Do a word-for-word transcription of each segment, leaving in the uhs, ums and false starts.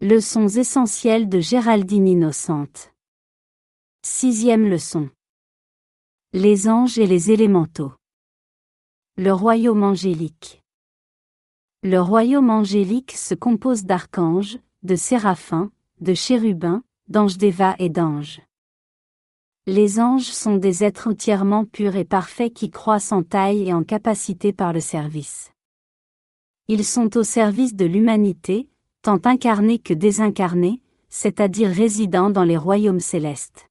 Leçons essentielles de Géraldine Innocente. Sixième leçon. Les anges et les élémentaux. Le royaume angélique. Le royaume angélique se compose d'archanges, de séraphins, de chérubins, d'anges d'Eva et d'anges. Les anges sont des êtres entièrement purs et parfaits qui croissent en taille et en capacité par le service. Ils sont au service de l'humanité, tant incarnés que désincarnés, c'est-à-dire résidant dans les royaumes célestes.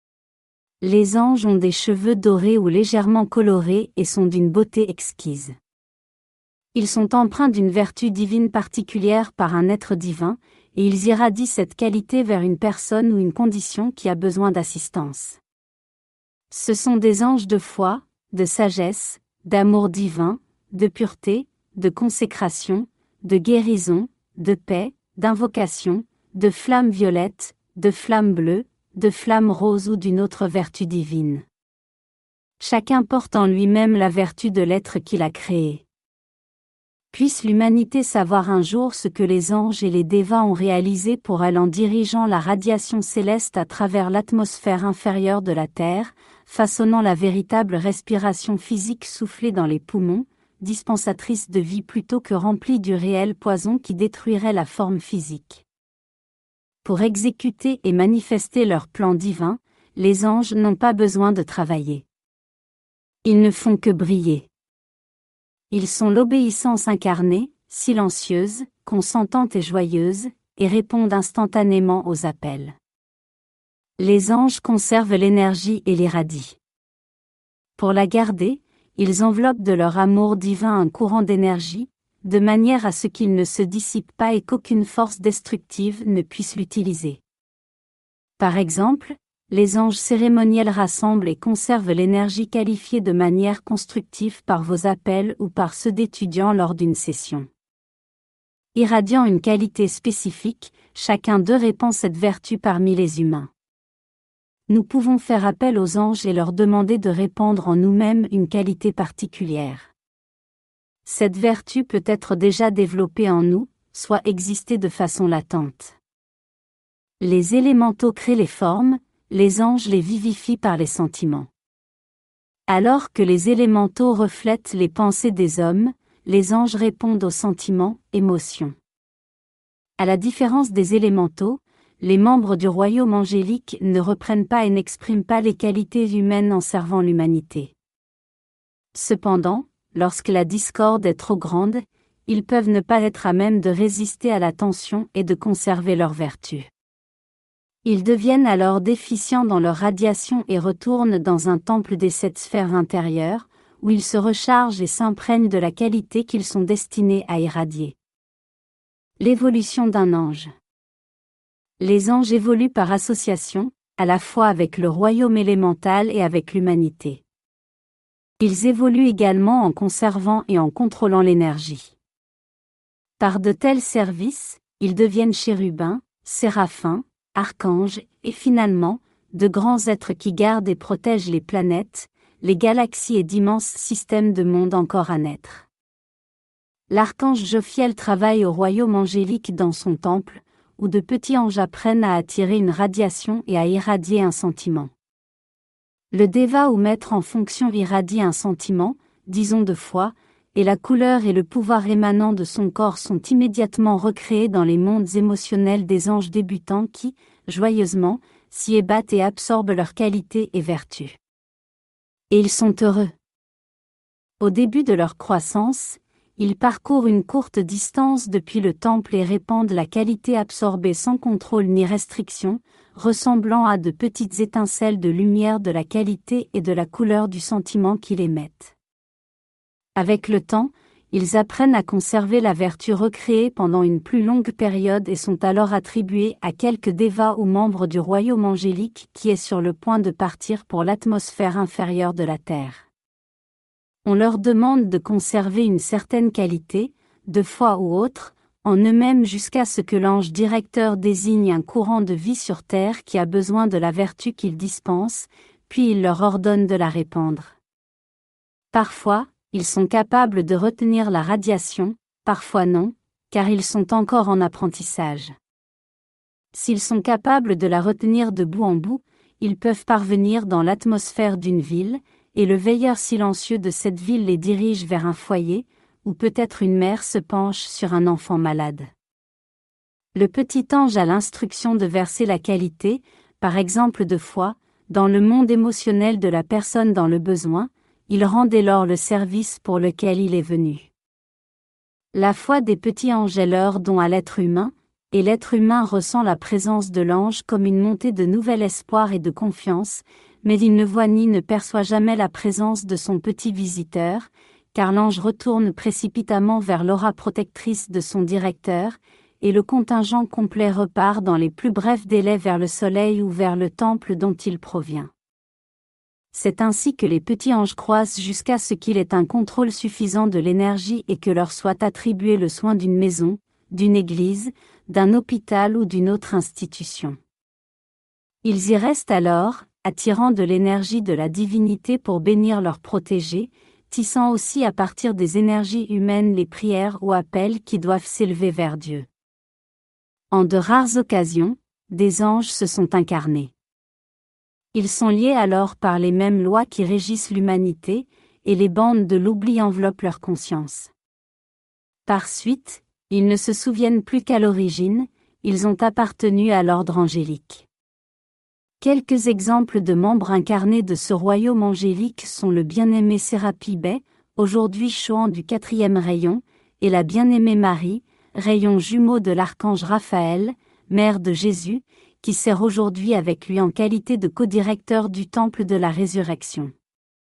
Les anges ont des cheveux dorés ou légèrement colorés et sont d'une beauté exquise. Ils sont empreints d'une vertu divine particulière par un être divin, et ils irradient cette qualité vers une personne ou une condition qui a besoin d'assistance. Ce sont des anges de foi, de sagesse, d'amour divin, de pureté, de consécration, de guérison, de paix, d'invocation, de flamme violette, de flamme bleue, de flamme rose ou d'une autre vertu divine. Chacun porte en lui-même la vertu de l'être qu'il a créé. Puisse l'humanité savoir un jour ce que les anges et les dévas ont réalisé pour elle en dirigeant la radiation céleste à travers l'atmosphère inférieure de la Terre, façonnant la véritable respiration physique soufflée dans les poumons, dispensatrice de vie plutôt que remplie du réel poison qui détruirait la forme physique. Pour exécuter et manifester leur plan divin, les anges n'ont pas besoin de travailler. Ils ne font que briller. Ils sont l'obéissance incarnée, silencieuse, consentante et joyeuse, et répondent instantanément aux appels. Les anges conservent l'énergie et l'irradient. Pour la garder, ils enveloppent de leur amour divin un courant d'énergie, de manière à ce qu'il ne se dissipe pas et qu'aucune force destructive ne puisse l'utiliser. Par exemple, les anges cérémoniels rassemblent et conservent l'énergie qualifiée de manière constructive par vos appels ou par ceux d'étudiants lors d'une session. Irradiant une qualité spécifique, chacun d'eux répand cette vertu parmi les humains. Nous pouvons faire appel aux anges et leur demander de répandre en nous-mêmes une qualité particulière. Cette vertu peut être déjà développée en nous, soit exister de façon latente. Les élémentaux créent les formes, les anges les vivifient par les sentiments. Alors que les élémentaux reflètent les pensées des hommes, les anges répondent aux sentiments, émotions. À la différence des élémentaux, les membres du royaume angélique ne reprennent pas et n'expriment pas les qualités humaines en servant l'humanité. Cependant, lorsque la discorde est trop grande, ils peuvent ne pas être à même de résister à la tension et de conserver leur vertu. Ils deviennent alors déficients dans leur radiation et retournent dans un temple des sept sphères intérieures, où ils se rechargent et s'imprègnent de la qualité qu'ils sont destinés à irradier. L'évolution d'un ange. Les anges évoluent par association, à la fois avec le royaume élémental et avec l'humanité. Ils évoluent également en conservant et en contrôlant l'énergie. Par de tels services, ils deviennent chérubins, séraphins, archanges, et finalement, de grands êtres qui gardent et protègent les planètes, les galaxies et d'immenses systèmes de mondes encore à naître. L'archange Jophiel travaille au royaume angélique dans son temple, où de petits anges apprennent à attirer une radiation et à irradier un sentiment. Le déva ou maître en fonction irradie un sentiment, disons de foi, et la couleur et le pouvoir émanant de son corps sont immédiatement recréés dans les mondes émotionnels des anges débutants qui, joyeusement, s'y ébattent et absorbent leurs qualités et vertus. Et ils sont heureux. Au début de leur croissance, ils parcourent une courte distance depuis le temple et répandent la qualité absorbée sans contrôle ni restriction, ressemblant à de petites étincelles de lumière de la qualité et de la couleur du sentiment qu'ils émettent. Avec le temps, ils apprennent à conserver la vertu recréée pendant une plus longue période et sont alors attribués à quelques dévas ou membres du royaume angélique qui est sur le point de partir pour l'atmosphère inférieure de la Terre. On leur demande de conserver une certaine qualité, de foi ou autre, en eux-mêmes jusqu'à ce que l'ange directeur désigne un courant de vie sur Terre qui a besoin de la vertu qu'il dispense, puis il leur ordonne de la répandre. Parfois, ils sont capables de retenir la radiation, parfois non, car ils sont encore en apprentissage. S'ils sont capables de la retenir de bout en bout, ils peuvent parvenir dans l'atmosphère d'une ville, et le veilleur silencieux de cette ville les dirige vers un foyer, ou peut-être une mère se penche sur un enfant malade. Le petit ange a l'instruction de verser la qualité, par exemple de foi, dans le monde émotionnel de la personne dans le besoin, il rend dès lors le service pour lequel il est venu. La foi des petits anges est leur don à l'être humain, et l'être humain ressent la présence de l'ange comme une montée de nouvel espoir et de confiance, mais il ne voit ni ne perçoit jamais la présence de son petit visiteur, car l'ange retourne précipitamment vers l'aura protectrice de son directeur, et le contingent complet repart dans les plus brefs délais vers le soleil ou vers le temple dont il provient. C'est ainsi que les petits anges croissent jusqu'à ce qu'il ait un contrôle suffisant de l'énergie et que leur soit attribué le soin d'une maison, d'une église, d'un hôpital ou d'une autre institution. Ils y restent alors, attirant de l'énergie de la divinité pour bénir leurs protégés, tissant aussi à partir des énergies humaines les prières ou appels qui doivent s'élever vers Dieu. En de rares occasions, des anges se sont incarnés. Ils sont liés alors par les mêmes lois qui régissent l'humanité, et les bandes de l'oubli enveloppent leur conscience. Par suite, ils ne se souviennent plus qu'à l'origine, ils ont appartenu à l'ordre angélique. Quelques exemples de membres incarnés de ce royaume angélique sont le bien-aimé Sérapi Bey, aujourd'hui Chohan du quatrième rayon, et la bien-aimée Marie, rayon jumeau de l'archange Raphaël, mère de Jésus, qui sert aujourd'hui avec lui en qualité de codirecteur du temple de la résurrection.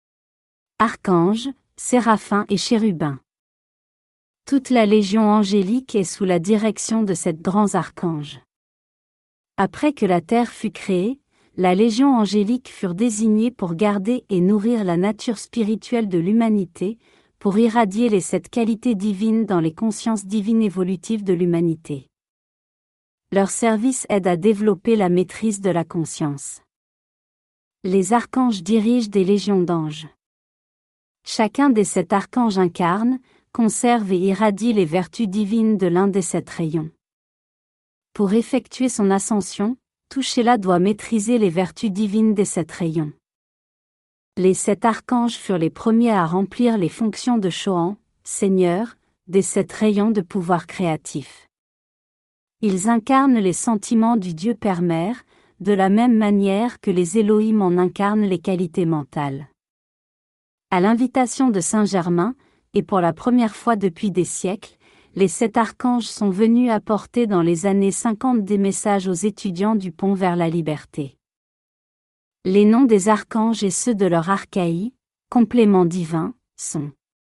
Archanges, séraphins et chérubins. Toute la légion angélique est sous la direction de sept grands archanges. Après que la terre fut créée, la légion angélique furent désignés pour garder et nourrir la nature spirituelle de l'humanité, pour irradier les sept qualités divines dans les consciences divines évolutives de l'humanité. Leur service aide à développer la maîtrise de la conscience. Les archanges dirigent des légions d'anges. Chacun des sept archanges incarne, conserve et irradie les vertus divines de l'un des sept rayons. Pour effectuer son ascension, tout cela doit maîtriser les vertus divines des sept rayons. Les sept archanges furent les premiers à remplir les fonctions de Chohan, Seigneur, des sept rayons de pouvoir créatif. Ils incarnent les sentiments du Dieu Père-Mère, de la même manière que les Elohim en incarnent les qualités mentales. À l'invitation de Saint Germain, et pour la première fois depuis des siècles, les sept archanges sont venus apporter dans les années cinquante des messages aux étudiants du pont vers la liberté. Les noms des archanges et ceux de leur archaïe, complément divin, sont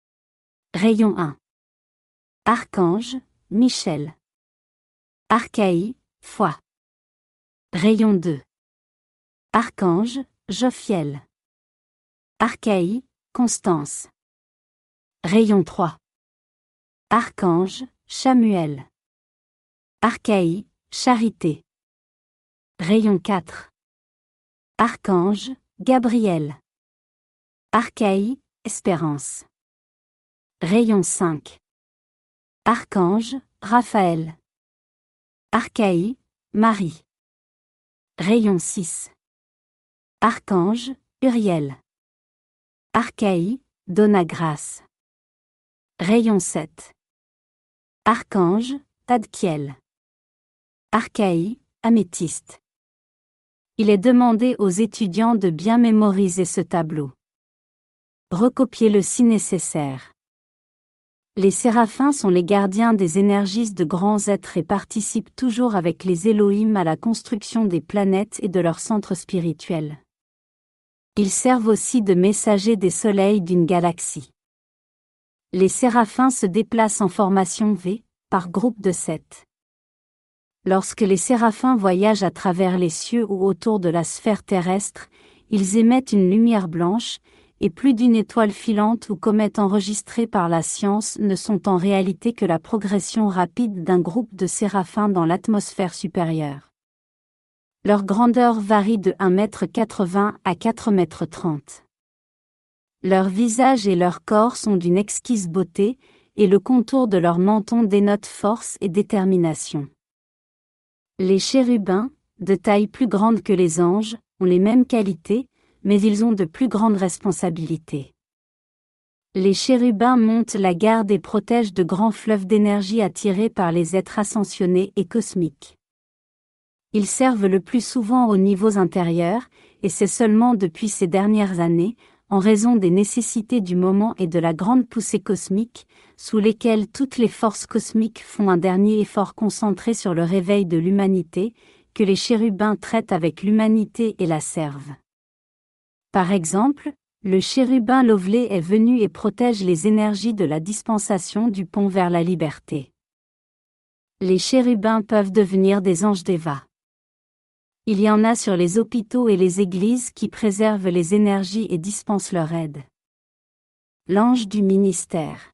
Rayon un. Archange, Michel. Archaïe, foi. Rayon deux. Archange, Jophiel. Archaïe, Constance. Rayon trois. Archange, Chamuel. Archaïe, Charité. Rayon quatre. Archange, Gabriel. Archaïe, Espérance. Rayon cinq. Archange, Raphaël. Archaïe, Marie. Rayon six. Archange, Uriel. Archaïe, Donna Grâce. Rayon sept. Archange, Tadkiel. Archaïe, Améthyste. Il est demandé aux étudiants de bien mémoriser ce tableau. Recopiez-le si nécessaire. Les séraphins sont les gardiens des énergies de grands êtres et participent toujours avec les Elohim à la construction des planètes et de leurs centres spirituels. Ils servent aussi de messagers des soleils d'une galaxie. Les séraphins se déplacent en formation V, par groupe de sept. Lorsque les séraphins voyagent à travers les cieux ou autour de la sphère terrestre, ils émettent une lumière blanche, et plus d'une étoile filante ou comète enregistrée par la science ne sont en réalité que la progression rapide d'un groupe de séraphins dans l'atmosphère supérieure. Leur grandeur varie de un mètre quatre-vingts à quatre mètres trente. Leur visage et leur corps sont d'une exquise beauté, et le contour de leur menton dénote force et détermination. Les chérubins, de taille plus grande que les anges, ont les mêmes qualités, mais ils ont de plus grandes responsabilités. Les chérubins montent la garde et protègent de grands fleuves d'énergie attirés par les êtres ascensionnés et cosmiques. Ils servent le plus souvent aux niveaux inférieurs, et c'est seulement depuis ces dernières années, en raison des nécessités du moment et de la grande poussée cosmique, sous lesquelles toutes les forces cosmiques font un dernier effort concentré sur le réveil de l'humanité, que les chérubins traitent avec l'humanité et la servent. Par exemple, le chérubin Lovelé est venu et protège les énergies de la dispensation du pont vers la liberté. Les chérubins peuvent devenir des anges d'Eva. Il y en a sur les hôpitaux et les églises qui préservent les énergies et dispensent leur aide. L'ange du ministère.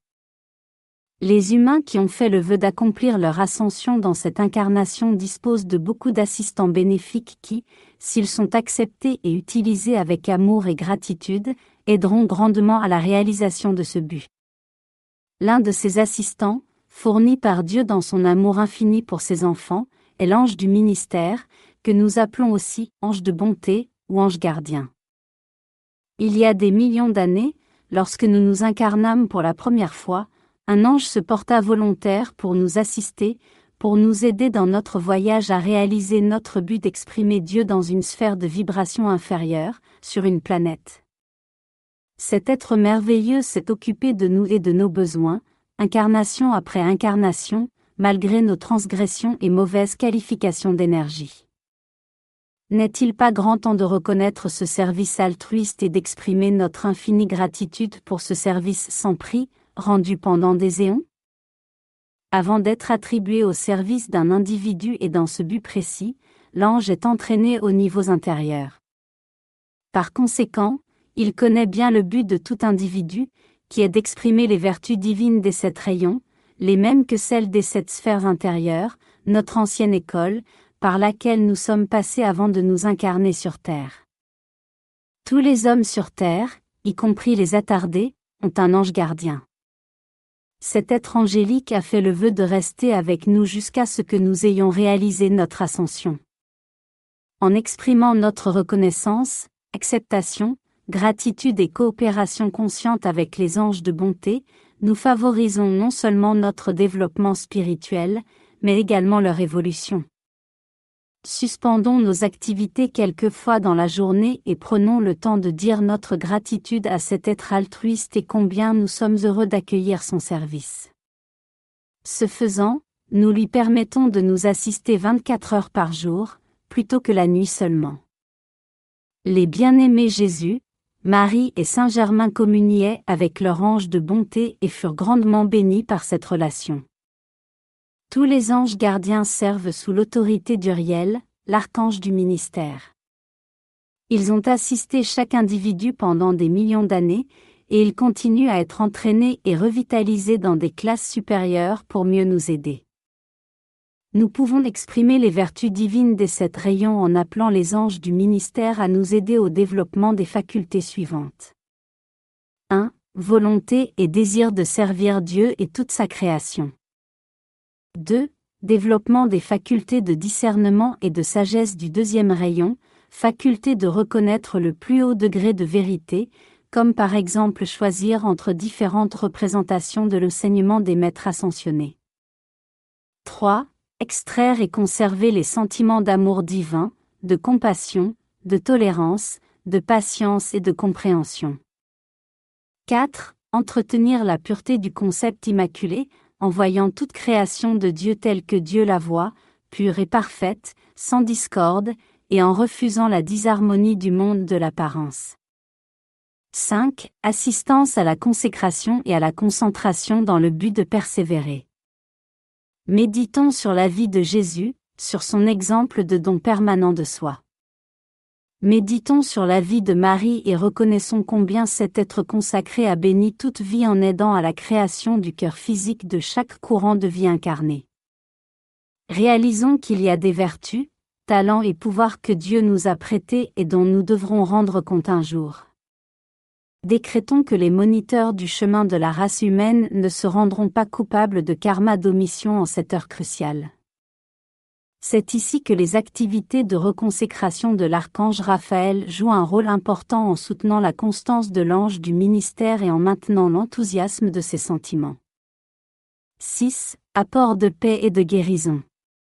Les humains qui ont fait le vœu d'accomplir leur ascension dans cette incarnation disposent de beaucoup d'assistants bénéfiques qui, s'ils sont acceptés et utilisés avec amour et gratitude, aideront grandement à la réalisation de ce but. L'un de ces assistants, fourni par Dieu dans son amour infini pour ses enfants, est l'ange du ministère, que nous appelons aussi ange de bonté ou ange gardien. Il y a des millions d'années, lorsque nous nous incarnâmes pour la première fois, un ange se porta volontaire pour nous assister, pour nous aider dans notre voyage à réaliser notre but d'exprimer Dieu dans une sphère de vibration inférieure, sur une planète. Cet être merveilleux s'est occupé de nous et de nos besoins, incarnation après incarnation, malgré nos transgressions et mauvaises qualifications d'énergie. N'est-il pas grand temps de reconnaître ce service altruiste et d'exprimer notre infinie gratitude pour ce service sans prix, rendu pendant des éons? Avant d'être attribué au service d'un individu et dans ce but précis, l'ange est entraîné aux niveaux intérieurs. Par conséquent, il connaît bien le but de tout individu, qui est d'exprimer les vertus divines des sept rayons, les mêmes que celles des sept sphères intérieures, notre ancienne école, par laquelle nous sommes passés avant de nous incarner sur Terre. Tous les hommes sur Terre, y compris les attardés, ont un ange gardien. Cet être angélique a fait le vœu de rester avec nous jusqu'à ce que nous ayons réalisé notre ascension. En exprimant notre reconnaissance, acceptation, gratitude et coopération consciente avec les anges de bonté, nous favorisons non seulement notre développement spirituel, mais également leur évolution. Suspendons nos activités quelquefois dans la journée et prenons le temps de dire notre gratitude à cet être altruiste et combien nous sommes heureux d'accueillir son service. Ce faisant, nous lui permettons de nous assister vingt-quatre heures par jour, plutôt que la nuit seulement. Les bien-aimés Jésus, Marie et Saint Germain communiaient avec leur ange de bonté et furent grandement bénis par cette relation. Tous les anges gardiens servent sous l'autorité d'Uriel, l'archange du ministère. Ils ont assisté chaque individu pendant des millions d'années, et ils continuent à être entraînés et revitalisés dans des classes supérieures pour mieux nous aider. Nous pouvons exprimer les vertus divines des sept rayons en appelant les anges du ministère à nous aider au développement des facultés suivantes. un. Volonté et désir de servir Dieu et toute sa création. deux. Développement des facultés de discernement et de sagesse du deuxième rayon, faculté de reconnaître le plus haut degré de vérité, comme par exemple choisir entre différentes représentations de l'enseignement des maîtres ascensionnés. trois. Extraire et conserver les sentiments d'amour divin, de compassion, de tolérance, de patience et de compréhension. quatre. Entretenir la pureté du concept immaculé, en voyant toute création de Dieu telle que Dieu la voit, pure et parfaite, sans discorde, et en refusant la disharmonie du monde de l'apparence. cinq. Assistance à la consécration et à la concentration dans le but de persévérer. Méditons sur la vie de Jésus, sur son exemple de don permanent de soi. Méditons sur la vie de Marie et reconnaissons combien cet être consacré a béni toute vie en aidant à la création du cœur physique de chaque courant de vie incarné. Réalisons qu'il y a des vertus, talents et pouvoirs que Dieu nous a prêtés et dont nous devrons rendre compte un jour. Décrétons que les moniteurs du chemin de la race humaine ne se rendront pas coupables de karma d'omission en cette heure cruciale. C'est ici que les activités de reconsécration de l'archange Raphaël jouent un rôle important en soutenant la constance de l'ange du ministère et en maintenant l'enthousiasme de ses sentiments. six. Apport de paix et de guérison.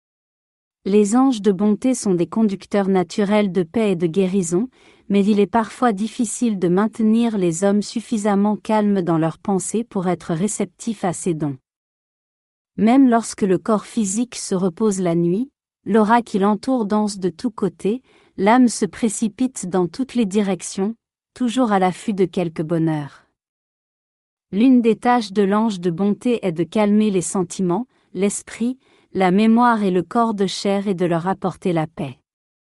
Les anges de bonté sont des conducteurs naturels de paix et de guérison, mais il est parfois difficile de maintenir les hommes suffisamment calmes dans leurs pensées pour être réceptifs à ces dons. Même lorsque le corps physique se repose la nuit, l'aura qui l'entoure danse de tous côtés, l'âme se précipite dans toutes les directions, toujours à l'affût de quelque bonheur. L'une des tâches de l'ange de bonté est de calmer les sentiments, l'esprit, la mémoire et le corps de chair et de leur apporter la paix.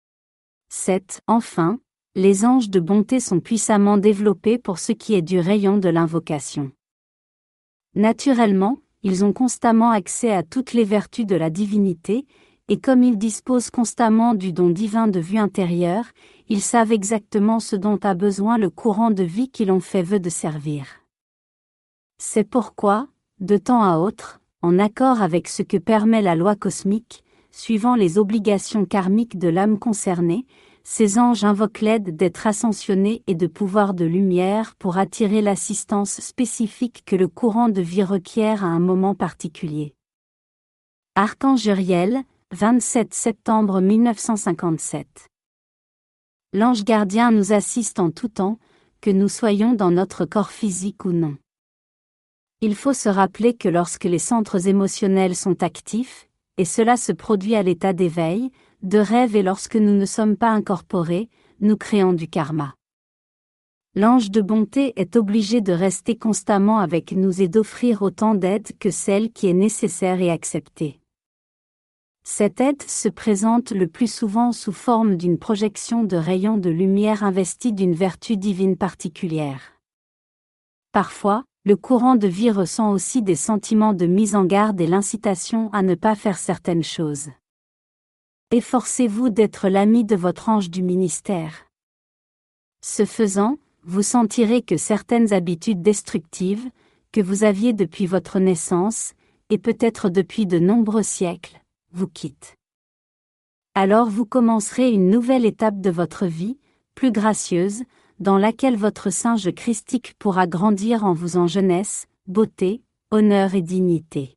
sept. Enfin, les anges de bonté sont puissamment développés pour ce qui est du rayon de l'invocation. Naturellement, ils ont constamment accès à toutes les vertus de la divinité, et comme ils disposent constamment du don divin de vue intérieure, ils savent exactement ce dont a besoin le courant de vie qui l'on fait vœu de servir. C'est pourquoi, de temps à autre, en accord avec ce que permet la loi cosmique, suivant les obligations karmiques de l'âme concernée, ces anges invoquent l'aide d'être ascensionnés et de pouvoirs de lumière pour attirer l'assistance spécifique que le courant de vie requiert à un moment particulier. Archange Uriel, vingt-sept septembre mille neuf cent cinquante-sept. L'ange gardien nous assiste en tout temps, que nous soyons dans notre corps physique ou non. Il faut se rappeler que lorsque les centres émotionnels sont actifs, et cela se produit à l'état d'éveil, de rêve et lorsque nous ne sommes pas incorporés, nous créons du karma. L'ange de bonté est obligé de rester constamment avec nous et d'offrir autant d'aide que celle qui est nécessaire et acceptée. Cette aide se présente le plus souvent sous forme d'une projection de rayons de lumière investis d'une vertu divine particulière. Parfois, le courant de vie ressent aussi des sentiments de mise en garde et l'incitation à ne pas faire certaines choses. Efforcez-vous d'être l'ami de votre ange du ministère. Ce faisant, vous sentirez que certaines habitudes destructives, que vous aviez depuis votre naissance, et peut-être depuis de nombreux siècles, vous quittent. Alors vous commencerez une nouvelle étape de votre vie, plus gracieuse, dans laquelle votre singe christique pourra grandir en vous en jeunesse, beauté, honneur et dignité.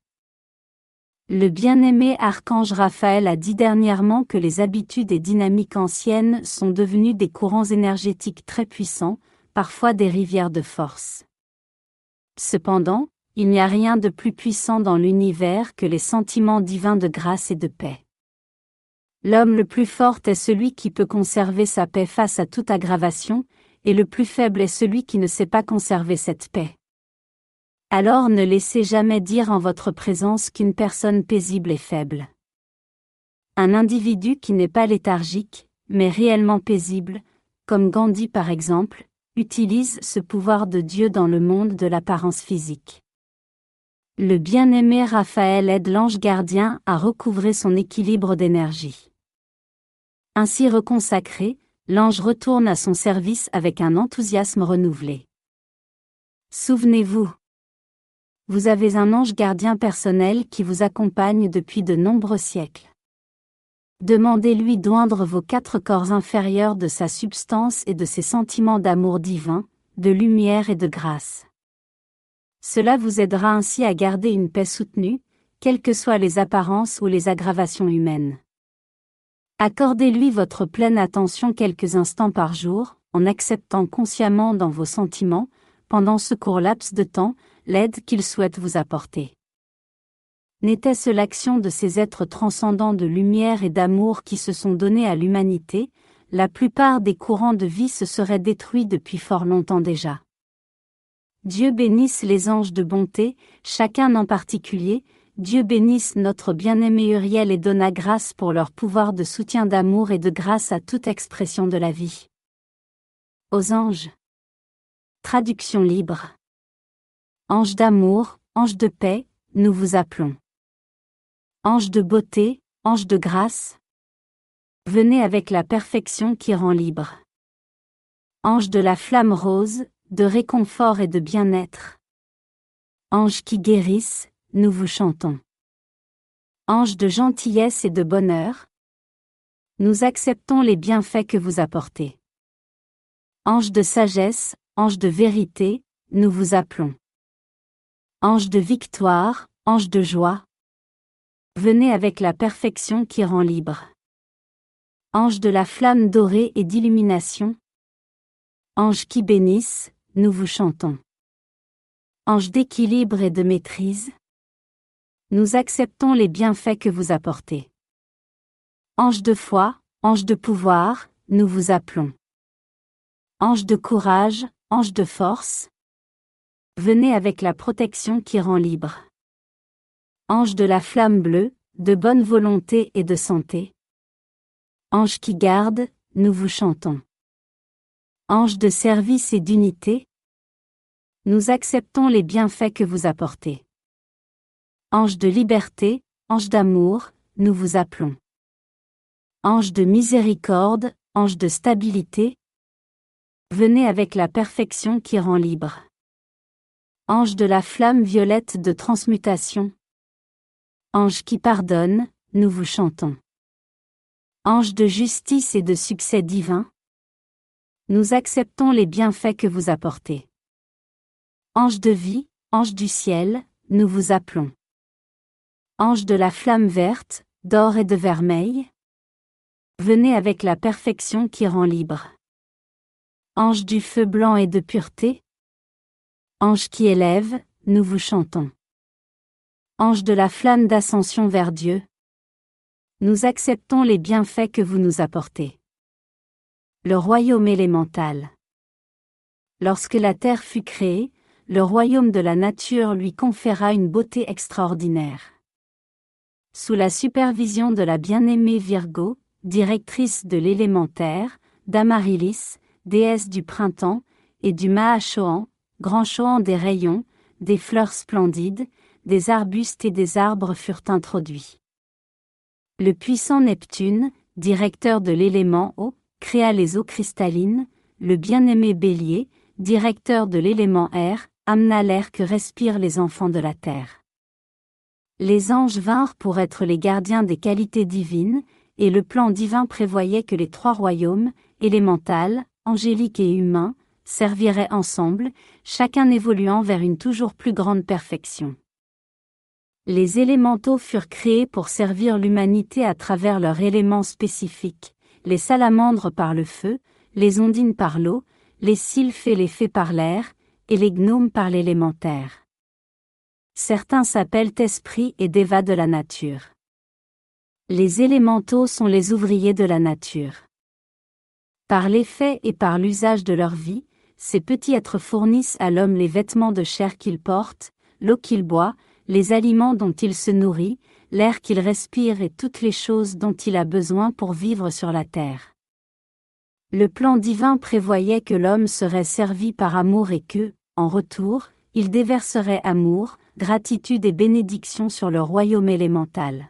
Le bien-aimé archange Raphaël a dit dernièrement que les habitudes et dynamiques anciennes sont devenues des courants énergétiques très puissants, parfois des rivières de force. Cependant, il n'y a rien de plus puissant dans l'univers que les sentiments divins de grâce et de paix. L'homme le plus fort est celui qui peut conserver sa paix face à toute aggravation, et le plus faible est celui qui ne sait pas conserver cette paix. Alors ne laissez jamais dire en votre présence qu'une personne paisible est faible. Un individu qui n'est pas léthargique, mais réellement paisible, comme Gandhi par exemple, utilise ce pouvoir de Dieu dans le monde de l'apparence physique. Le bien-aimé Raphaël aide l'ange gardien à recouvrer son équilibre d'énergie. Ainsi reconsacré, l'ange retourne à son service avec un enthousiasme renouvelé. Souvenez-vous, vous avez un ange gardien personnel qui vous accompagne depuis de nombreux siècles. Demandez-lui d'oindre vos quatre corps inférieurs de sa substance et de ses sentiments d'amour divin, de lumière et de grâce. Cela vous aidera ainsi à garder une paix soutenue, quelles que soient les apparences ou les aggravations humaines. Accordez-lui votre pleine attention quelques instants par jour, en acceptant consciemment dans vos sentiments, pendant ce court laps de temps, l'aide qu'il souhaite vous apporter. N'était-ce l'action de ces êtres transcendants de lumière et d'amour qui se sont donnés à l'humanité, la plupart des courants de vie se seraient détruits depuis fort longtemps déjà. Dieu bénisse les anges de bonté, chacun en particulier, Dieu bénisse notre bien-aimé Uriel et donna grâce pour leur pouvoir de soutien d'amour et de grâce à toute expression de la vie. Aux anges. Traduction libre. Ange d'amour, ange de paix, nous vous appelons. Ange de beauté, ange de grâce. Venez avec la perfection qui rend libre. Ange de la flamme rose, de réconfort et de bien-être. Ange qui guérissent, nous vous chantons. Ange de gentillesse et de bonheur, Nous acceptons les bienfaits que vous apportez. Ange de sagesse, ange de vérité, nous vous appelons. Ange de victoire, ange de joie. Venez avec la perfection qui rend libre. Ange de la flamme dorée et d'illumination. Ange qui bénisse, nous vous chantons. Ange d'équilibre et de maîtrise. Nous acceptons les bienfaits que vous apportez. Ange de foi, ange de pouvoir, nous vous appelons. Ange de courage, ange de force. Venez avec la protection qui rend libre. Ange de la flamme bleue, de bonne volonté et de santé. Ange qui garde, nous vous chantons. Ange de service et d'unité. Nous acceptons les bienfaits que vous apportez. Ange de liberté, ange d'amour, nous vous appelons. Ange de miséricorde, ange de stabilité. Venez avec la perfection qui rend libre. Ange de la flamme violette de transmutation. Ange qui pardonne, nous vous chantons. Ange de justice et de succès divin. Nous acceptons les bienfaits que vous apportez. Ange de vie, ange du ciel, nous vous appelons. Ange de la flamme verte, d'or et de vermeil. Venez avec la perfection qui rend libre. Ange du feu blanc et de pureté. Ange qui élève, nous vous chantons. Ange de la flamme d'ascension vers Dieu. Nous acceptons les bienfaits que vous nous apportez. Le royaume élémental. Lorsque la terre fut créée, le royaume de la nature lui conféra une beauté extraordinaire. Sous la supervision de la bien-aimée Virgo, directrice de l'élémentaire, d'Amaryllis, déesse du printemps, et du Mahachohan, grand Chohan des rayons, des fleurs splendides, des arbustes et des arbres furent introduits. Le puissant Neptune, directeur de l'élément eau, créa les eaux cristallines, le bien-aimé Bélier, directeur de l'élément air, amena l'air que respirent les enfants de la terre. Les anges vinrent pour être les gardiens des qualités divines, et le plan divin prévoyait que les trois royaumes, élémental, angélique et humain, serviraient ensemble, chacun évoluant vers une toujours plus grande perfection. Les élémentaux furent créés pour servir l'humanité à travers leurs éléments spécifiques, les salamandres par le feu, les ondines par l'eau, les sylphes et les fées par l'air, et les gnomes par l'élémentaire. Certains s'appellent esprits et dévas de la nature. Les élémentaux sont les ouvriers de la nature. Par l'effet et par l'usage de leur vie, ces petits êtres fournissent à l'homme les vêtements de chair qu'il porte, l'eau qu'il boit, les aliments dont il se nourrit, l'air qu'il respire et toutes les choses dont il a besoin pour vivre sur la terre. Le plan divin prévoyait que l'homme serait servi par amour et que, en retour, il déverserait amour, gratitude et bénédiction sur le royaume élémental.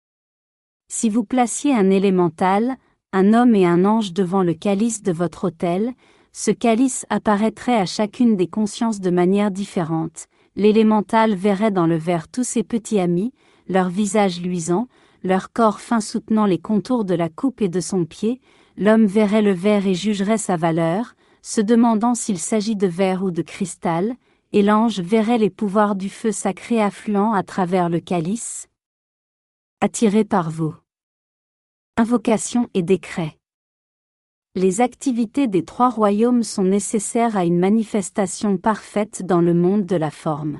Si vous placiez un élémental, un homme et un ange devant le calice de votre autel, ce calice apparaîtrait à chacune des consciences de manière différente. L'élémental verrait dans le verre tous ses petits amis, leur visage luisant, leur corps fin soutenant les contours de la coupe et de son pied. L'homme verrait le verre et jugerait sa valeur, se demandant s'il s'agit de verre ou de cristal, et l'ange verrait les pouvoirs du feu sacré affluant à travers le calice, attiré par vos invocations et décrets. Les activités des trois royaumes sont nécessaires à une manifestation parfaite dans le monde de la forme.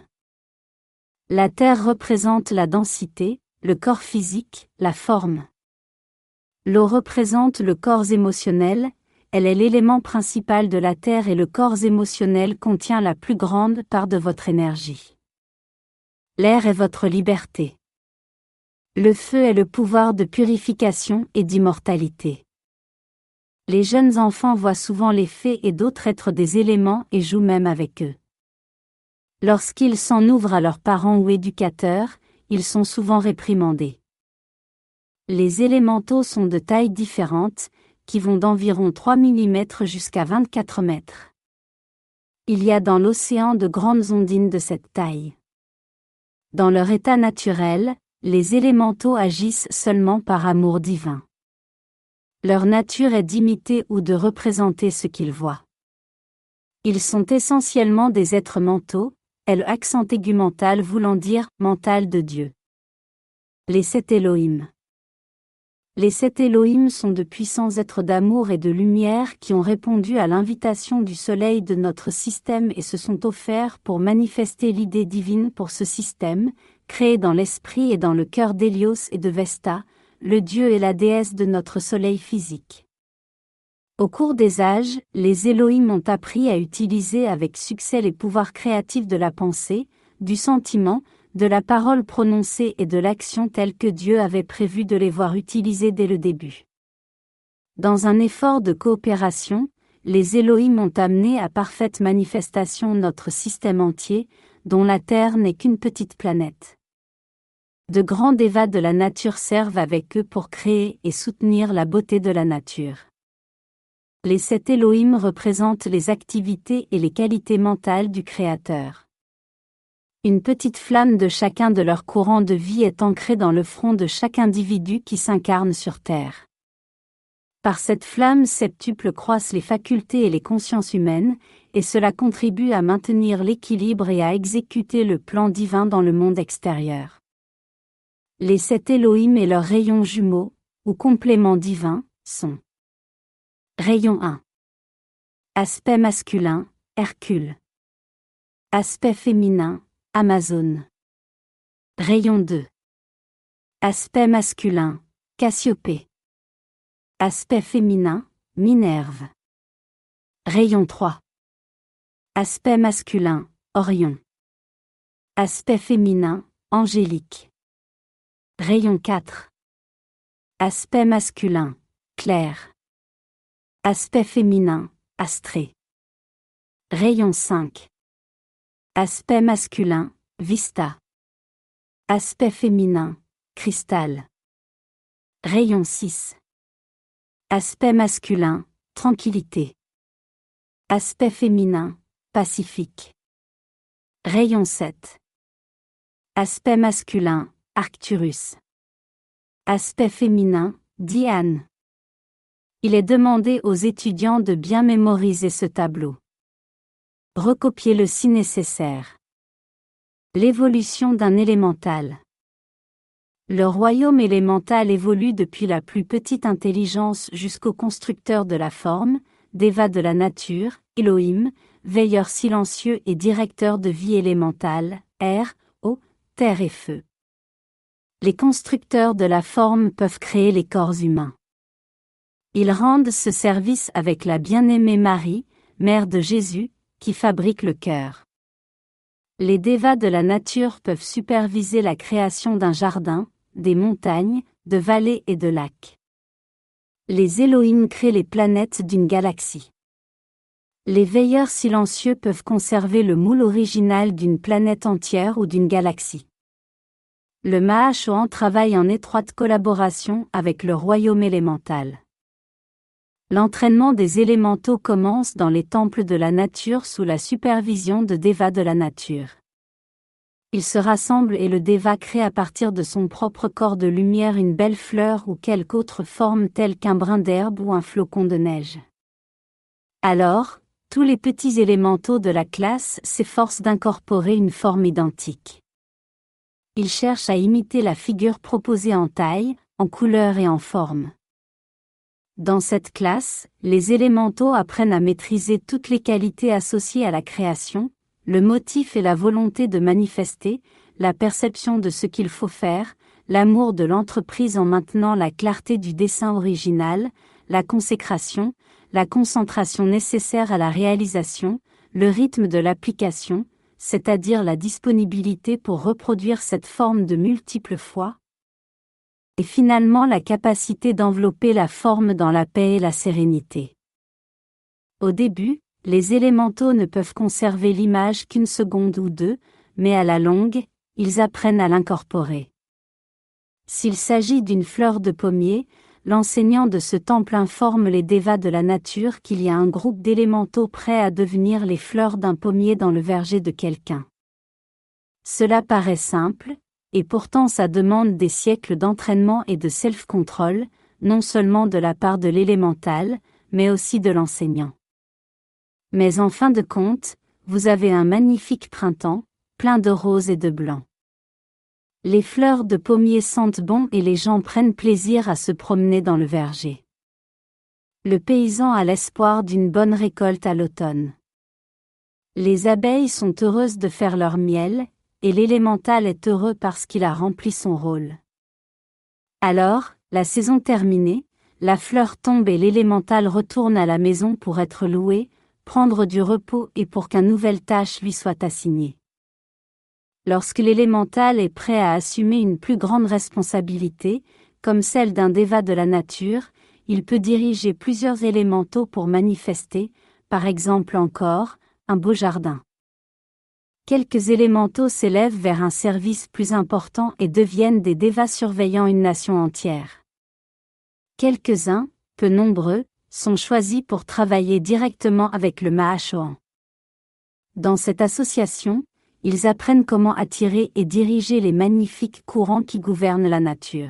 La terre représente la densité, le corps physique, la forme. L'eau représente le corps émotionnel, elle est l'élément principal de la terre et le corps émotionnel contient la plus grande part de votre énergie. L'air est votre liberté. Le feu est le pouvoir de purification et d'immortalité. Les jeunes enfants voient souvent les fées et d'autres êtres des éléments et jouent même avec eux. Lorsqu'ils s'en ouvrent à leurs parents ou éducateurs, ils sont souvent réprimandés. Les élémentaux sont de tailles différentes, qui vont d'environ trois millimètres jusqu'à vingt-quatre mètres. Il y a dans l'océan de grandes ondines de cette taille. Dans leur état naturel, les élémentaux agissent seulement par amour divin. Leur nature est d'imiter ou de représenter ce qu'ils voient. Ils sont essentiellement des êtres mentaux, et le accent aigu mental voulant dire « mental de Dieu ». Les sept Elohim. Les sept Elohim sont de puissants êtres d'amour et de lumière qui ont répondu à l'invitation du soleil de notre système et se sont offerts pour manifester l'idée divine pour ce système, créé dans l'esprit et dans le cœur d'Hélios et de Vesta, le dieu et la déesse de notre soleil physique. Au cours des âges, les Elohim ont appris à utiliser avec succès les pouvoirs créatifs de la pensée, du sentiment, de la parole prononcée et de l'action telle que Dieu avait prévu de les voir utilisés dès le début. Dans un effort de coopération, les Elohim ont amené à parfaite manifestation notre système entier, dont la Terre n'est qu'une petite planète. De grands dévas de la nature servent avec eux pour créer et soutenir la beauté de la nature. Les sept Elohim représentent les activités et les qualités mentales du Créateur. Une petite flamme de chacun de leurs courants de vie est ancrée dans le front de chaque individu qui s'incarne sur Terre. Par cette flamme septuple croissent les facultés et les consciences humaines, et cela contribue à maintenir l'équilibre et à exécuter le plan divin dans le monde extérieur. Les sept Elohim et leurs rayons jumeaux, ou compléments divins, sont Rayon un. Aspect masculin, Hercule. Aspect féminin, Amazone. Rayon deux. Aspect masculin, Cassiopée. Aspect féminin, Minerve. Rayon trois. Aspect masculin, Orion. Aspect féminin, Angélique. Rayon quatre. Aspect masculin, Claire. Aspect féminin, Astrée. Rayon cinq. Aspect masculin, Vista. Aspect féminin, Cristal. Rayon six. Aspect masculin, Tranquillité. Aspect féminin, Pacifique. Rayon sept. Aspect masculin, Arcturus. Aspect féminin, Diane. Il est demandé aux étudiants de bien mémoriser ce tableau. Recopiez-le si nécessaire. L'évolution d'un élémental. Le royaume élémental évolue depuis la plus petite intelligence jusqu'au constructeur de la forme, déva de la nature, Elohim, veilleur silencieux et directeur de vie élémentale, air, eau, terre et feu. Les constructeurs de la forme peuvent créer les corps humains. Ils rendent ce service avec la bien-aimée Marie, mère de Jésus, qui fabrique le cœur. Les dévas de la nature peuvent superviser la création d'un jardin, des montagnes, de vallées et de lacs. Les Elohim créent les planètes d'une galaxie. Les veilleurs silencieux peuvent conserver le moule original d'une planète entière ou d'une galaxie. Le Mahachohan travaille en étroite collaboration avec le royaume élémental. L'entraînement des élémentaux commence dans les temples de la nature sous la supervision de Dévas de la nature. Ils se rassemblent et le Déva crée à partir de son propre corps de lumière une belle fleur ou quelque autre forme telle qu'un brin d'herbe ou un flocon de neige. Alors, tous les petits élémentaux de la classe s'efforcent d'incorporer une forme identique. Ils cherchent à imiter la figure proposée en taille, en couleur et en forme. Dans cette classe, les élémentaux apprennent à maîtriser toutes les qualités associées à la création, le motif et la volonté de manifester, la perception de ce qu'il faut faire, l'amour de l'entreprise en maintenant la clarté du dessin original, la consécration, la concentration nécessaire à la réalisation, le rythme de l'application, c'est-à-dire la disponibilité pour reproduire cette forme de multiples fois, et finalement la capacité d'envelopper la forme dans la paix et la sérénité. Au début, les élémentaux ne peuvent conserver l'image qu'une seconde ou deux, mais à la longue, ils apprennent à l'incorporer. S'il s'agit d'une fleur de pommier, l'enseignant de ce temple informe les dévas de la nature qu'il y a un groupe d'élémentaux prêts à devenir les fleurs d'un pommier dans le verger de quelqu'un. Cela paraît simple, et pourtant ça demande des siècles d'entraînement et de self-control, non seulement de la part de l'élémental, mais aussi de l'enseignant. Mais en fin de compte, vous avez un magnifique printemps, plein de roses et de blancs. Les fleurs de pommier sentent bon et les gens prennent plaisir à se promener dans le verger. Le paysan a l'espoir d'une bonne récolte à l'automne. Les abeilles sont heureuses de faire leur miel, et l'élémental est heureux parce qu'il a rempli son rôle. Alors, la saison terminée, la fleur tombe et l'élémental retourne à la maison pour être loué, prendre du repos et pour qu'une nouvelle tâche lui soit assignée. Lorsque l'élémental est prêt à assumer une plus grande responsabilité, comme celle d'un déva de la nature, il peut diriger plusieurs élémentaux pour manifester, par exemple encore, un beau jardin. Quelques élémentaux s'élèvent vers un service plus important et deviennent des dévas surveillant une nation entière. Quelques-uns, peu nombreux, sont choisis pour travailler directement avec le Mahachohan. Dans cette association, ils apprennent comment attirer et diriger les magnifiques courants qui gouvernent la nature.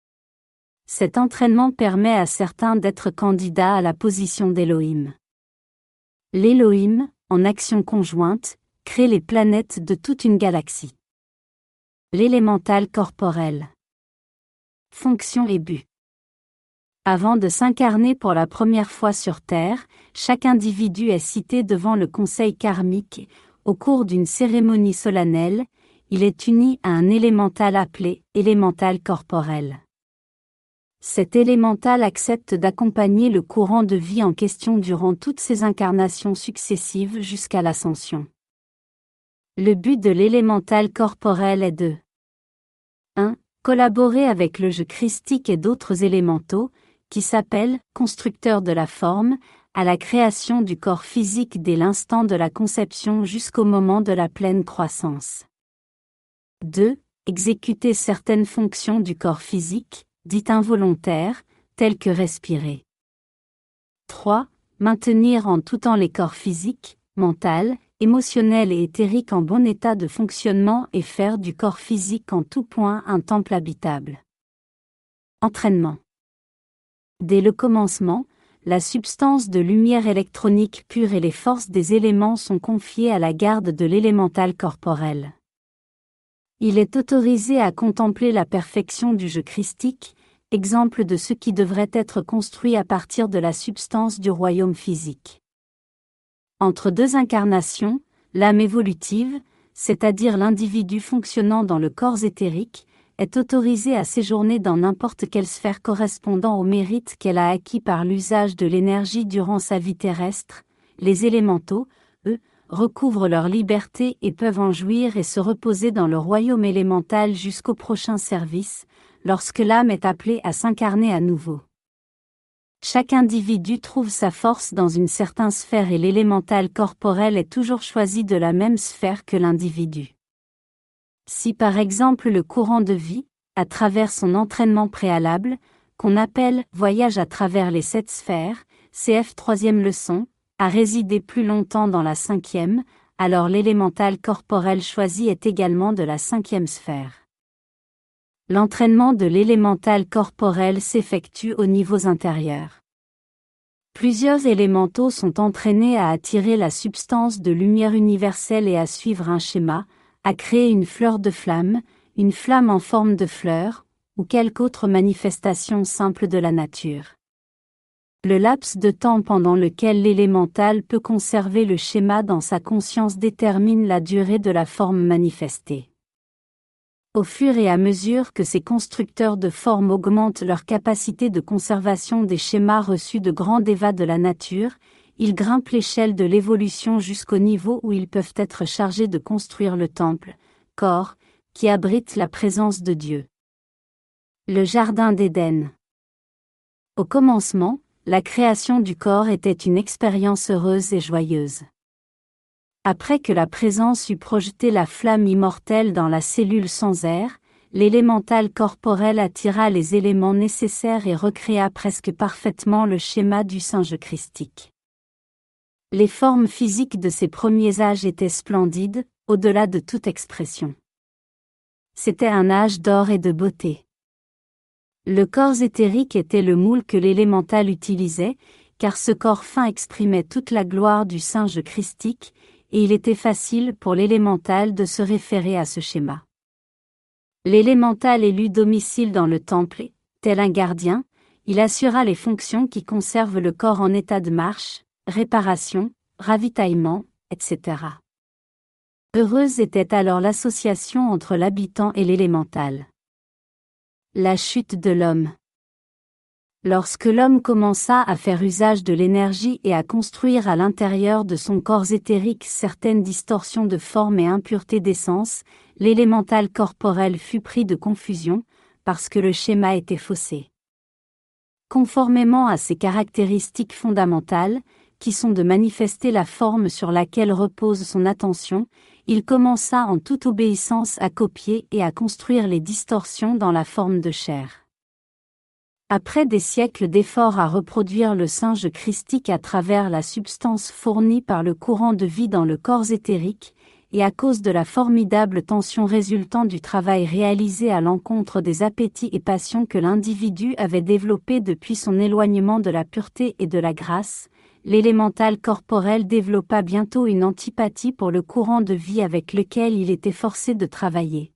Cet entraînement permet à certains d'être candidats à la position d'Elohim. L'Elohim, en action conjointe, crée les planètes de toute une galaxie. L'élémental corporel. Fonction et but. Avant de s'incarner pour la première fois sur Terre, chaque individu est cité devant le conseil karmique. Au cours d'une cérémonie solennelle, il est uni à un élémental appelé élémental corporel. Cet élémental accepte d'accompagner le courant de vie en question durant toutes ses incarnations successives jusqu'à l'ascension. Le but de l'élémental corporel est de un. Collaborer avec le jeu christique et d'autres élémentaux, qui s'appellent « constructeurs de la forme », à la création du corps physique dès l'instant de la conception jusqu'au moment de la pleine croissance. deux. Exécuter certaines fonctions du corps physique, dites involontaires, telles que respirer. trois. Maintenir en tout temps les corps physiques, mental, émotionnel et éthérique en bon état de fonctionnement et faire du corps physique en tout point un temple habitable. Entraînement. Dès le commencement, la substance de lumière électronique pure et les forces des éléments sont confiées à la garde de l'élémental corporel. Il est autorisé à contempler la perfection du jeu christique, exemple de ce qui devrait être construit à partir de la substance du royaume physique. Entre deux incarnations, l'âme évolutive, c'est-à-dire l'individu fonctionnant dans le corps éthérique, est autorisée à séjourner dans n'importe quelle sphère correspondant au mérite qu'elle a acquis par l'usage de l'énergie durant sa vie terrestre. Les élémentaux, eux, recouvrent leur liberté et peuvent en jouir et se reposer dans le royaume élémental jusqu'au prochain service, lorsque l'âme est appelée à s'incarner à nouveau. Chaque individu trouve sa force dans une certaine sphère et l'élémental corporel est toujours choisi de la même sphère que l'individu. Si par exemple le courant de vie, à travers son entraînement préalable, qu'on appelle « voyage à travers les sept sphères », C F troisième leçon, a résidé plus longtemps dans la cinquième, alors l'élémental corporel choisi est également de la cinquième sphère. L'entraînement de l'élémental corporel s'effectue aux niveaux intérieurs. Plusieurs élémentaux sont entraînés à attirer la substance de lumière universelle et à suivre un schéma, à créer une fleur de flamme, une flamme en forme de fleur, ou quelque autre manifestation simple de la nature. Le laps de temps pendant lequel l'élémental peut conserver le schéma dans sa conscience détermine la durée de la forme manifestée. Au fur et à mesure que ces constructeurs de formes augmentent leur capacité de conservation des schémas reçus de grands dévas de la nature, ils grimpent l'échelle de l'évolution jusqu'au niveau où ils peuvent être chargés de construire le temple, corps, qui abrite la présence de Dieu. Le Jardin d'Éden. Au commencement, la création du corps était une expérience heureuse et joyeuse. Après que la présence eut projeté la flamme immortelle dans la cellule sans air, l'élémental corporel attira les éléments nécessaires et recréa presque parfaitement le schéma du singe christique. Les formes physiques de ces premiers âges étaient splendides, au-delà de toute expression. C'était un âge d'or et de beauté. Le corps éthérique était le moule que l'élémental utilisait, car ce corps fin exprimait toute la gloire du singe christique, et il était facile pour l'élémental de se référer à ce schéma. L'élémental élut domicile dans le temple et, tel un gardien, il assura les fonctions qui conservent le corps en état de marche, réparation, ravitaillement, et cetera. Heureuse était alors l'association entre l'habitant et l'élémental. La chute de l'homme. Lorsque l'homme commença à faire usage de l'énergie et à construire à l'intérieur de son corps éthérique certaines distorsions de forme et impuretés d'essence, l'élémental corporel fut pris de confusion, parce que le schéma était faussé. Conformément à ses caractéristiques fondamentales, qui sont de manifester la forme sur laquelle repose son attention, il commença en toute obéissance à copier et à construire les distorsions dans la forme de chair. Après des siècles d'efforts à reproduire le singe christique à travers la substance fournie par le courant de vie dans le corps éthérique, et à cause de la formidable tension résultant du travail réalisé à l'encontre des appétits et passions que l'individu avait développés depuis son éloignement de la pureté et de la grâce, l'élémental corporel développa bientôt une antipathie pour le courant de vie avec lequel il était forcé de travailler.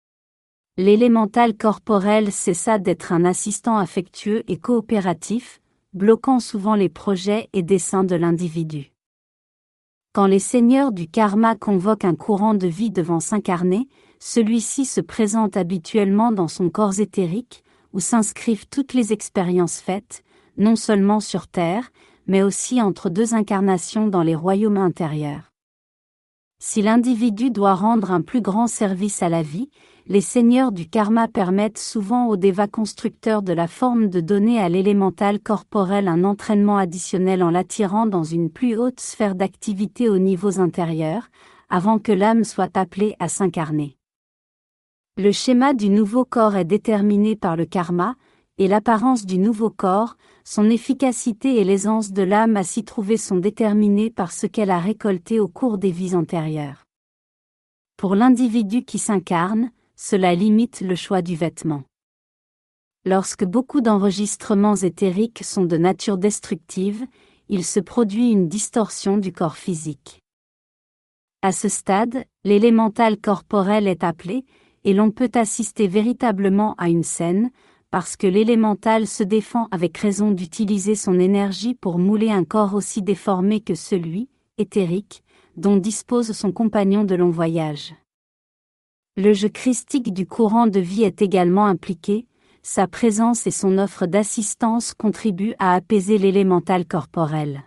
L'élémental corporel cessa d'être un assistant affectueux et coopératif, bloquant souvent les projets et desseins de l'individu. Quand les seigneurs du karma convoquent un courant de vie devant s'incarner, celui-ci se présente habituellement dans son corps éthérique, où s'inscrivent toutes les expériences faites, non seulement sur Terre, mais aussi entre deux incarnations dans les royaumes intérieurs. Si l'individu doit rendre un plus grand service à la vie, les seigneurs du karma permettent souvent aux dévas constructeurs de la forme de donner à l'élémental corporel un entraînement additionnel en l'attirant dans une plus haute sphère d'activité aux niveaux intérieurs, avant que l'âme soit appelée à s'incarner. Le schéma du nouveau corps est déterminé par le karma, et l'apparence du nouveau corps, son efficacité et l'aisance de l'âme à s'y trouver sont déterminées par ce qu'elle a récolté au cours des vies antérieures. Pour l'individu qui s'incarne, cela limite le choix du vêtement. Lorsque beaucoup d'enregistrements éthériques sont de nature destructive, il se produit une distorsion du corps physique. À ce stade, l'élémental corporel est appelé, et l'on peut assister véritablement à une scène, parce que l'élémental se défend avec raison d'utiliser son énergie pour mouler un corps aussi déformé que celui, éthérique, dont dispose son compagnon de long voyage. Le jeu christique du courant de vie est également impliqué, sa présence et son offre d'assistance contribuent à apaiser l'élémental corporel.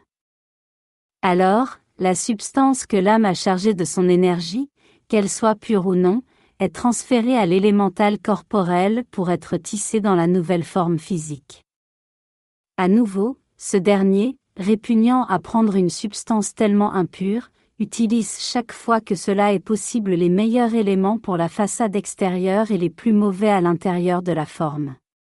Alors, la substance que l'âme a chargée de son énergie, qu'elle soit pure ou non, est transférée à l'élémental corporel pour être tissée dans la nouvelle forme physique. À nouveau, ce dernier, répugnant à prendre une substance tellement impure, utilise chaque fois que cela est possible les meilleurs éléments pour la façade extérieure et les plus mauvais à l'intérieur de la forme.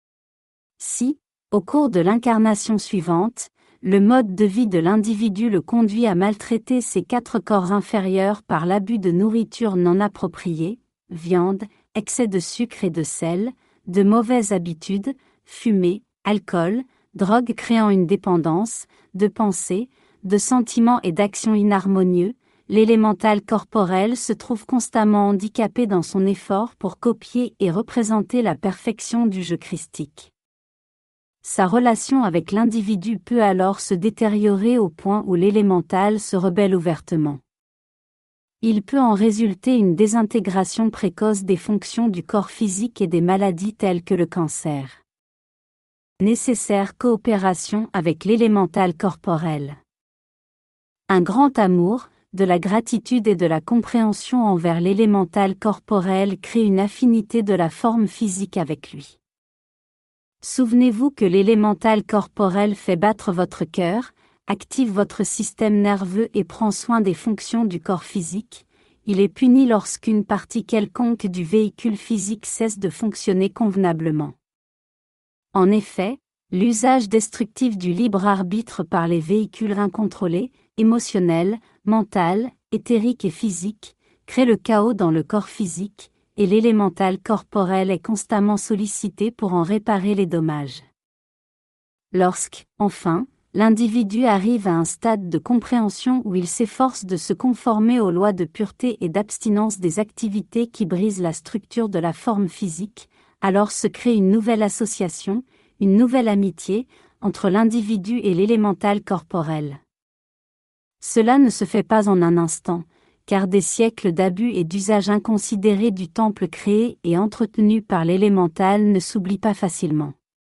Si, au cours de l'incarnation suivante, le mode de vie de l'individu le conduit à maltraiter ses quatre corps inférieurs par l'abus de nourriture non appropriée, viande, excès de sucre et de sel, de mauvaises habitudes, fumée, alcool, drogue créant une dépendance, de pensée, de sentiments et d'actions inharmonieux, l'élémental corporel se trouve constamment handicapé dans son effort pour copier et représenter la perfection du jeu christique. Sa relation avec l'individu peut alors se détériorer au point où l'élémental se rebelle ouvertement. Il peut en résulter une désintégration précoce des fonctions du corps physique et des maladies telles que le cancer. Nécessaire coopération avec l'élémental corporel. Un grand amour, de la gratitude et de la compréhension envers l'élémental corporel crée une affinité de la forme physique avec lui. Souvenez-vous que l'élémental corporel fait battre votre cœur, active votre système nerveux et prend soin des fonctions du corps physique. Il est puni lorsqu'une partie quelconque du véhicule physique cesse de fonctionner convenablement. En effet, l'usage destructif du libre arbitre par les véhicules incontrôlés, émotionnels, mental, éthérique et physique, crée le chaos dans le corps physique, et l'élémental corporel est constamment sollicité pour en réparer les dommages. Lorsque, enfin, l'individu arrive à un stade de compréhension où il s'efforce de se conformer aux lois de pureté et d'abstinence des activités qui brisent la structure de la forme physique, alors se crée une nouvelle association, une nouvelle amitié, entre l'individu et l'élémental corporel. Cela ne se fait pas en un instant, car des siècles d'abus et d'usages inconsidérés du temple créé et entretenu par l'élémental ne s'oublient pas facilement.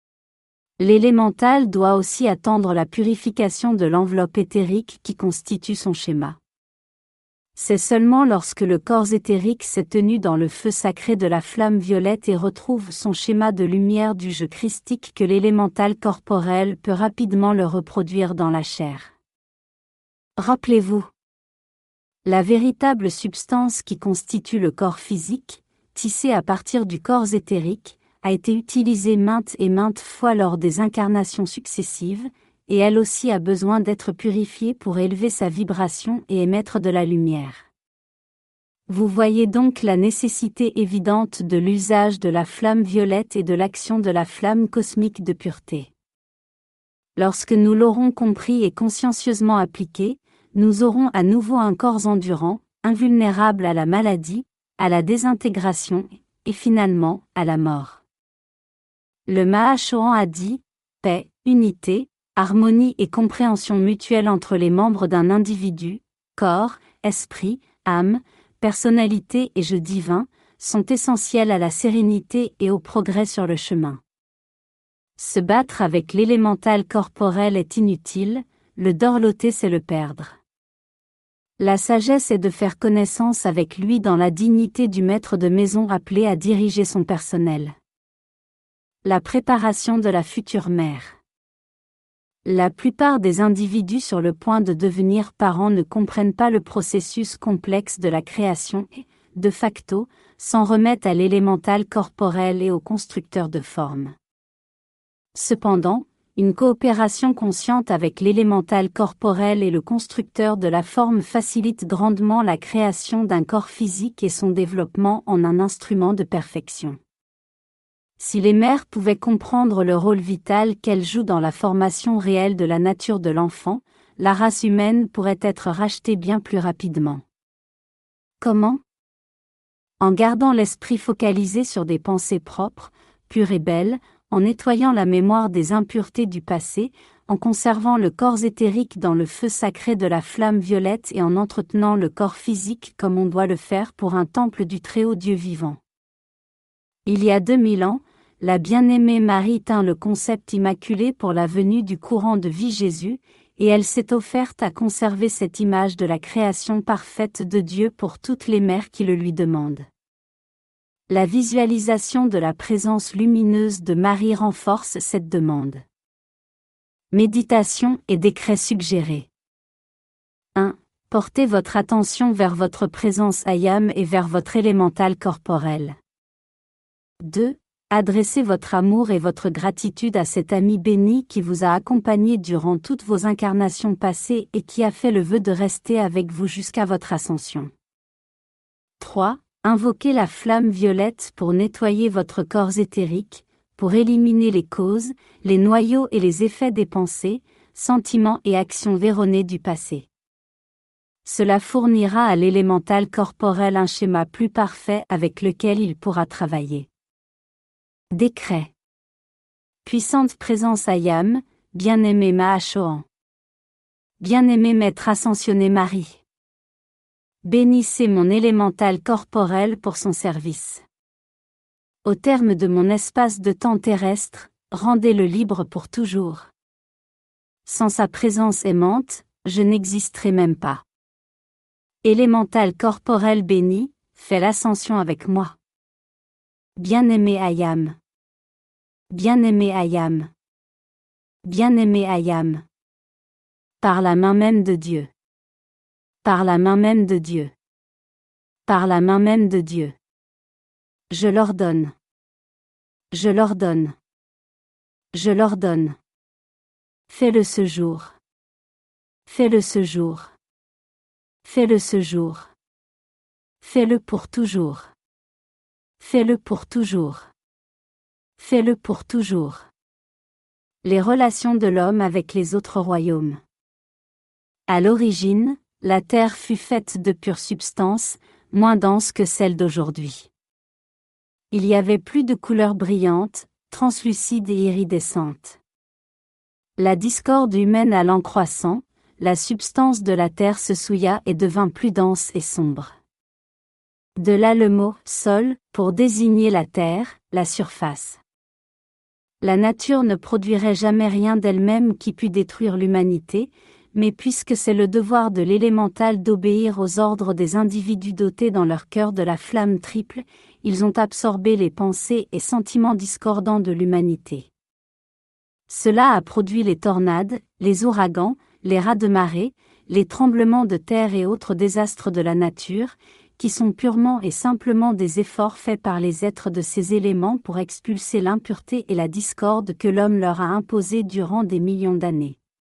L'élémental doit aussi attendre la purification de l'enveloppe éthérique qui constitue son schéma. C'est seulement lorsque le corps éthérique s'est tenu dans le feu sacré de la flamme violette et retrouve son schéma de lumière du jeu christique que l'élémental corporel peut rapidement le reproduire dans la chair. Rappelez-vous, la véritable substance qui constitue le corps physique, tissé à partir du corps éthérique, a été utilisée maintes et maintes fois lors des incarnations successives, et elle aussi a besoin d'être purifiée pour élever sa vibration et émettre de la lumière. Vous voyez donc la nécessité évidente de l'usage de la flamme violette et de l'action de la flamme cosmique de pureté. Lorsque nous l'aurons compris et consciencieusement appliqué, nous aurons à nouveau un corps endurant, invulnérable à la maladie, à la désintégration, et finalement, à la mort. Le Mahachohan a dit, paix, unité, harmonie et compréhension mutuelle entre les membres d'un individu, corps, esprit, âme, personnalité et jeu divin, sont essentiels à la sérénité et au progrès sur le chemin. Se battre avec l'élémental corporel est inutile, le dorloter c'est le perdre. La sagesse est de faire connaissance avec lui dans la dignité du maître de maison appelé à diriger son personnel. La préparation de la future mère. La plupart des individus sur le point de devenir parents ne comprennent pas le processus complexe de la création et, de facto, s'en remettent à l'élémental corporel et au constructeur de formes. Cependant, une coopération consciente avec l'élémental corporel et le constructeur de la forme facilite grandement la création d'un corps physique et son développement en un instrument de perfection. Si les mères pouvaient comprendre le rôle vital qu'elles jouent dans la formation réelle de la nature de l'enfant, la race humaine pourrait être rachetée bien plus rapidement. Comment ? En gardant l'esprit focalisé sur des pensées propres, pures et belles, en nettoyant la mémoire des impuretés du passé, en conservant le corps éthérique dans le feu sacré de la flamme violette et en entretenant le corps physique comme on doit le faire pour un temple du Très-Haut Dieu vivant. Il y a deux mille ans, la bien-aimée Marie tint le concept immaculé pour la venue du courant de vie Jésus, et elle s'est offerte à conserver cette image de la création parfaite de Dieu pour toutes les mères qui le lui demandent. La visualisation de la présence lumineuse de Marie renforce cette demande. Méditation et décret suggéré. un. Portez votre attention vers votre présence Ayam et vers votre élémental corporel. deux. Adressez votre amour et votre gratitude à cet ami béni qui vous a accompagné durant toutes vos incarnations passées et qui a fait le vœu de rester avec vous jusqu'à votre ascension. trois. Invoquez la flamme violette pour nettoyer votre corps éthérique, pour éliminer les causes, les noyaux et les effets des pensées, sentiments et actions erronées du passé. Cela fournira à l'élémental corporel un schéma plus parfait avec lequel il pourra travailler. Décret. Puissante présence Ayam, bien-aimé Mahachohan. Bien-aimé Maître Ascensionné Marie. Bénissez mon élémental corporel pour son service. Au terme de mon espace de temps terrestre, rendez-le libre pour toujours. Sans sa présence aimante, je n'existerai même pas. Élémental corporel béni, fais l'ascension avec moi. Bien-aimé Ayam. Bien-aimé Ayam. Bien-aimé Ayam. Par la main même de Dieu. Par la main même de Dieu. Par la main même de Dieu. Je l'ordonne. Je l'ordonne. Je l'ordonne. Fais-le ce jour. Fais-le ce jour. Fais-le ce jour. Fais-le pour toujours. Fais-le pour toujours. Fais-le pour toujours. Les relations de l'homme avec les autres royaumes. À l'origine, la terre fut faite de pure substance, moins dense que celle d'aujourd'hui. Il y avait plus de couleurs brillantes, translucides et iridescentes. La discorde humaine allant croissant, la substance de la terre se souilla et devint plus dense et sombre. De là le mot « sol » pour désigner la terre, la surface. La nature ne produirait jamais rien d'elle-même qui pût détruire l'humanité, mais puisque c'est le devoir de l'élémental d'obéir aux ordres des individus dotés dans leur cœur de la flamme triple, ils ont absorbé les pensées et sentiments discordants de l'humanité. Cela a produit les tornades, les ouragans, les rats de marée, les tremblements de terre et autres désastres de la nature, qui sont purement et simplement des efforts faits par les êtres de ces éléments pour expulser l'impureté et la discorde que l'homme leur a imposée durant des millions d'années.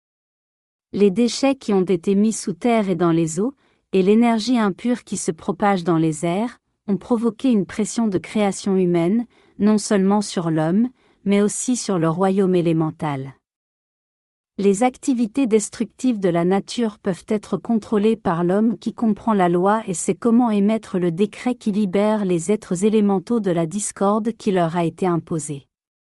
Les déchets qui ont été mis sous terre et dans les eaux, et l'énergie impure qui se propage dans les airs, ont provoqué une pression de création humaine, non seulement sur l'homme, mais aussi sur le royaume élémental. Les activités destructives de la nature peuvent être contrôlées par l'homme qui comprend la loi et sait comment émettre le décret qui libère les êtres élémentaux de la discorde qui leur a été imposée.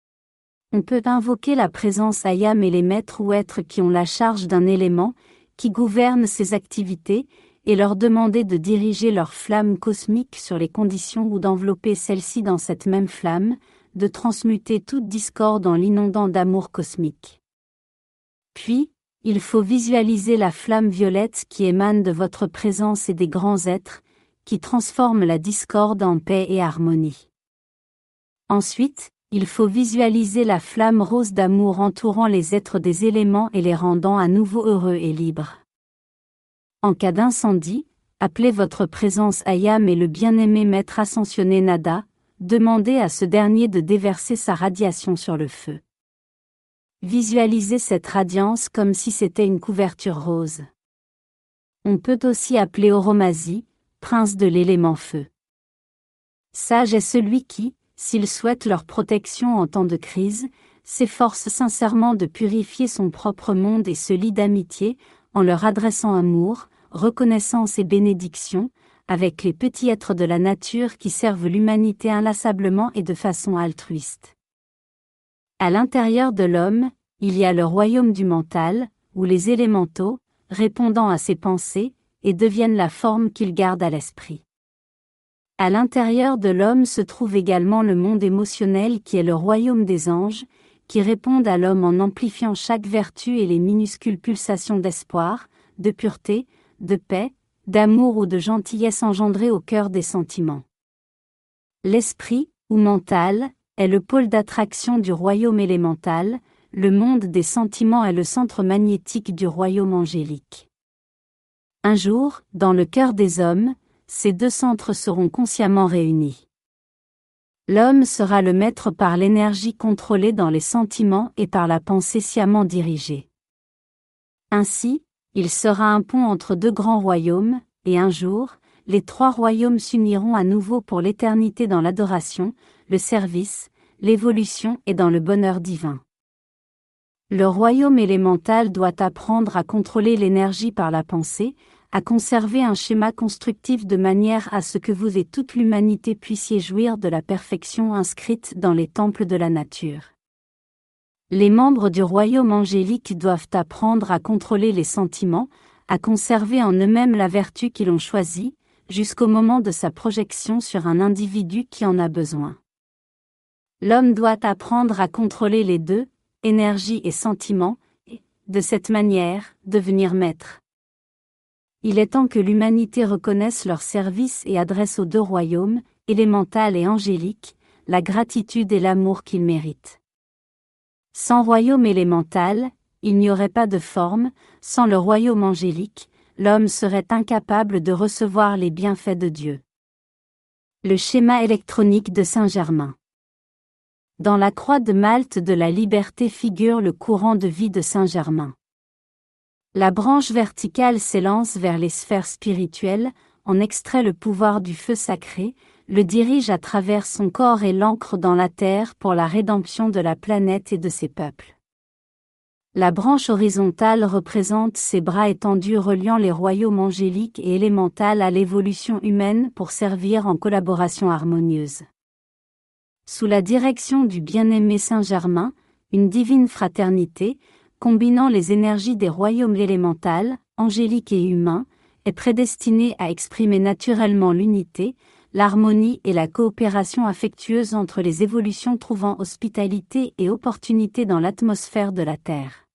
On peut invoquer la présence Ayam et les maîtres ou êtres qui ont la charge d'un élément, qui gouvernent ces activités, et leur demander de diriger leur flamme cosmique sur les conditions ou d'envelopper celle-ci dans cette même flamme, de transmuter toute discorde en l'inondant d'amour cosmique. Puis, il faut visualiser la flamme violette qui émane de votre présence et des grands êtres, qui transforment la discorde en paix et harmonie. Ensuite, il faut visualiser la flamme rose d'amour entourant les êtres des éléments et les rendant à nouveau heureux et libres. En cas d'incendie, appelez votre présence Ayam et le bien-aimé maître ascensionné Nada, demandez à ce dernier de déverser sa radiation sur le feu. Visualisez cette radiance comme si c'était une couverture rose. On peut aussi appeler Oromazi, prince de l'élément feu. Sage est celui qui, s'il souhaite leur protection en temps de crise, s'efforce sincèrement de purifier son propre monde et se lie d'amitié, en leur adressant amour, reconnaissance et bénédiction, avec les petits êtres de la nature qui servent l'humanité inlassablement et de façon altruiste. À l'intérieur de l'homme, il y a le royaume du mental, où les élémentaux, répondant à ses pensées, et deviennent la forme qu'ils gardent à l'esprit. À l'intérieur de l'homme se trouve également le monde émotionnel qui est le royaume des anges, qui répondent à l'homme en amplifiant chaque vertu et les minuscules pulsations d'espoir, de pureté, de paix, d'amour ou de gentillesse engendrées au cœur des sentiments. L'esprit, ou mental, est le pôle d'attraction du royaume élémental, le monde des sentiments est le centre magnétique du royaume angélique. Un jour, dans le cœur des hommes, ces deux centres seront consciemment réunis. L'homme sera le maître par l'énergie contrôlée dans les sentiments et par la pensée sciemment dirigée. Ainsi, il sera un pont entre deux grands royaumes, et un jour, les trois royaumes s'uniront à nouveau pour l'éternité dans l'adoration, le service, l'évolution et dans le bonheur divin. Le royaume élémental doit apprendre à contrôler l'énergie par la pensée, à conserver un schéma constructif de manière à ce que vous et toute l'humanité puissiez jouir de la perfection inscrite dans les temples de la nature. Les membres du royaume angélique doivent apprendre à contrôler les sentiments, à conserver en eux-mêmes la vertu qu'ils ont choisie, jusqu'au moment de sa projection sur un individu qui en a besoin. L'homme doit apprendre à contrôler les deux, énergie et sentiment, et, de cette manière, devenir maître. Il est temps que l'humanité reconnaisse leur service et adresse aux deux royaumes, élémental et angélique, la gratitude et l'amour qu'ils méritent. Sans royaume élémental, il n'y aurait pas de forme, sans le royaume angélique, l'homme serait incapable de recevoir les bienfaits de Dieu. Le schéma électronique de Saint-Germain. Dans la croix de Malte de la liberté figure le courant de vie de Saint-Germain. La branche verticale s'élance vers les sphères spirituelles, en extrait le pouvoir du feu sacré, le dirige à travers son corps et l'ancre dans la terre pour la rédemption de la planète et de ses peuples. La branche horizontale représente ses bras étendus reliant les royaumes angéliques et élémentales à l'évolution humaine pour servir en collaboration harmonieuse. Sous la direction du bien-aimé Saint-Germain, une divine fraternité, combinant les énergies des royaumes élémentales, angéliques et humains, est prédestinée à exprimer naturellement l'unité, l'harmonie et la coopération affectueuse entre les évolutions trouvant hospitalité et opportunité dans l'atmosphère de la Terre.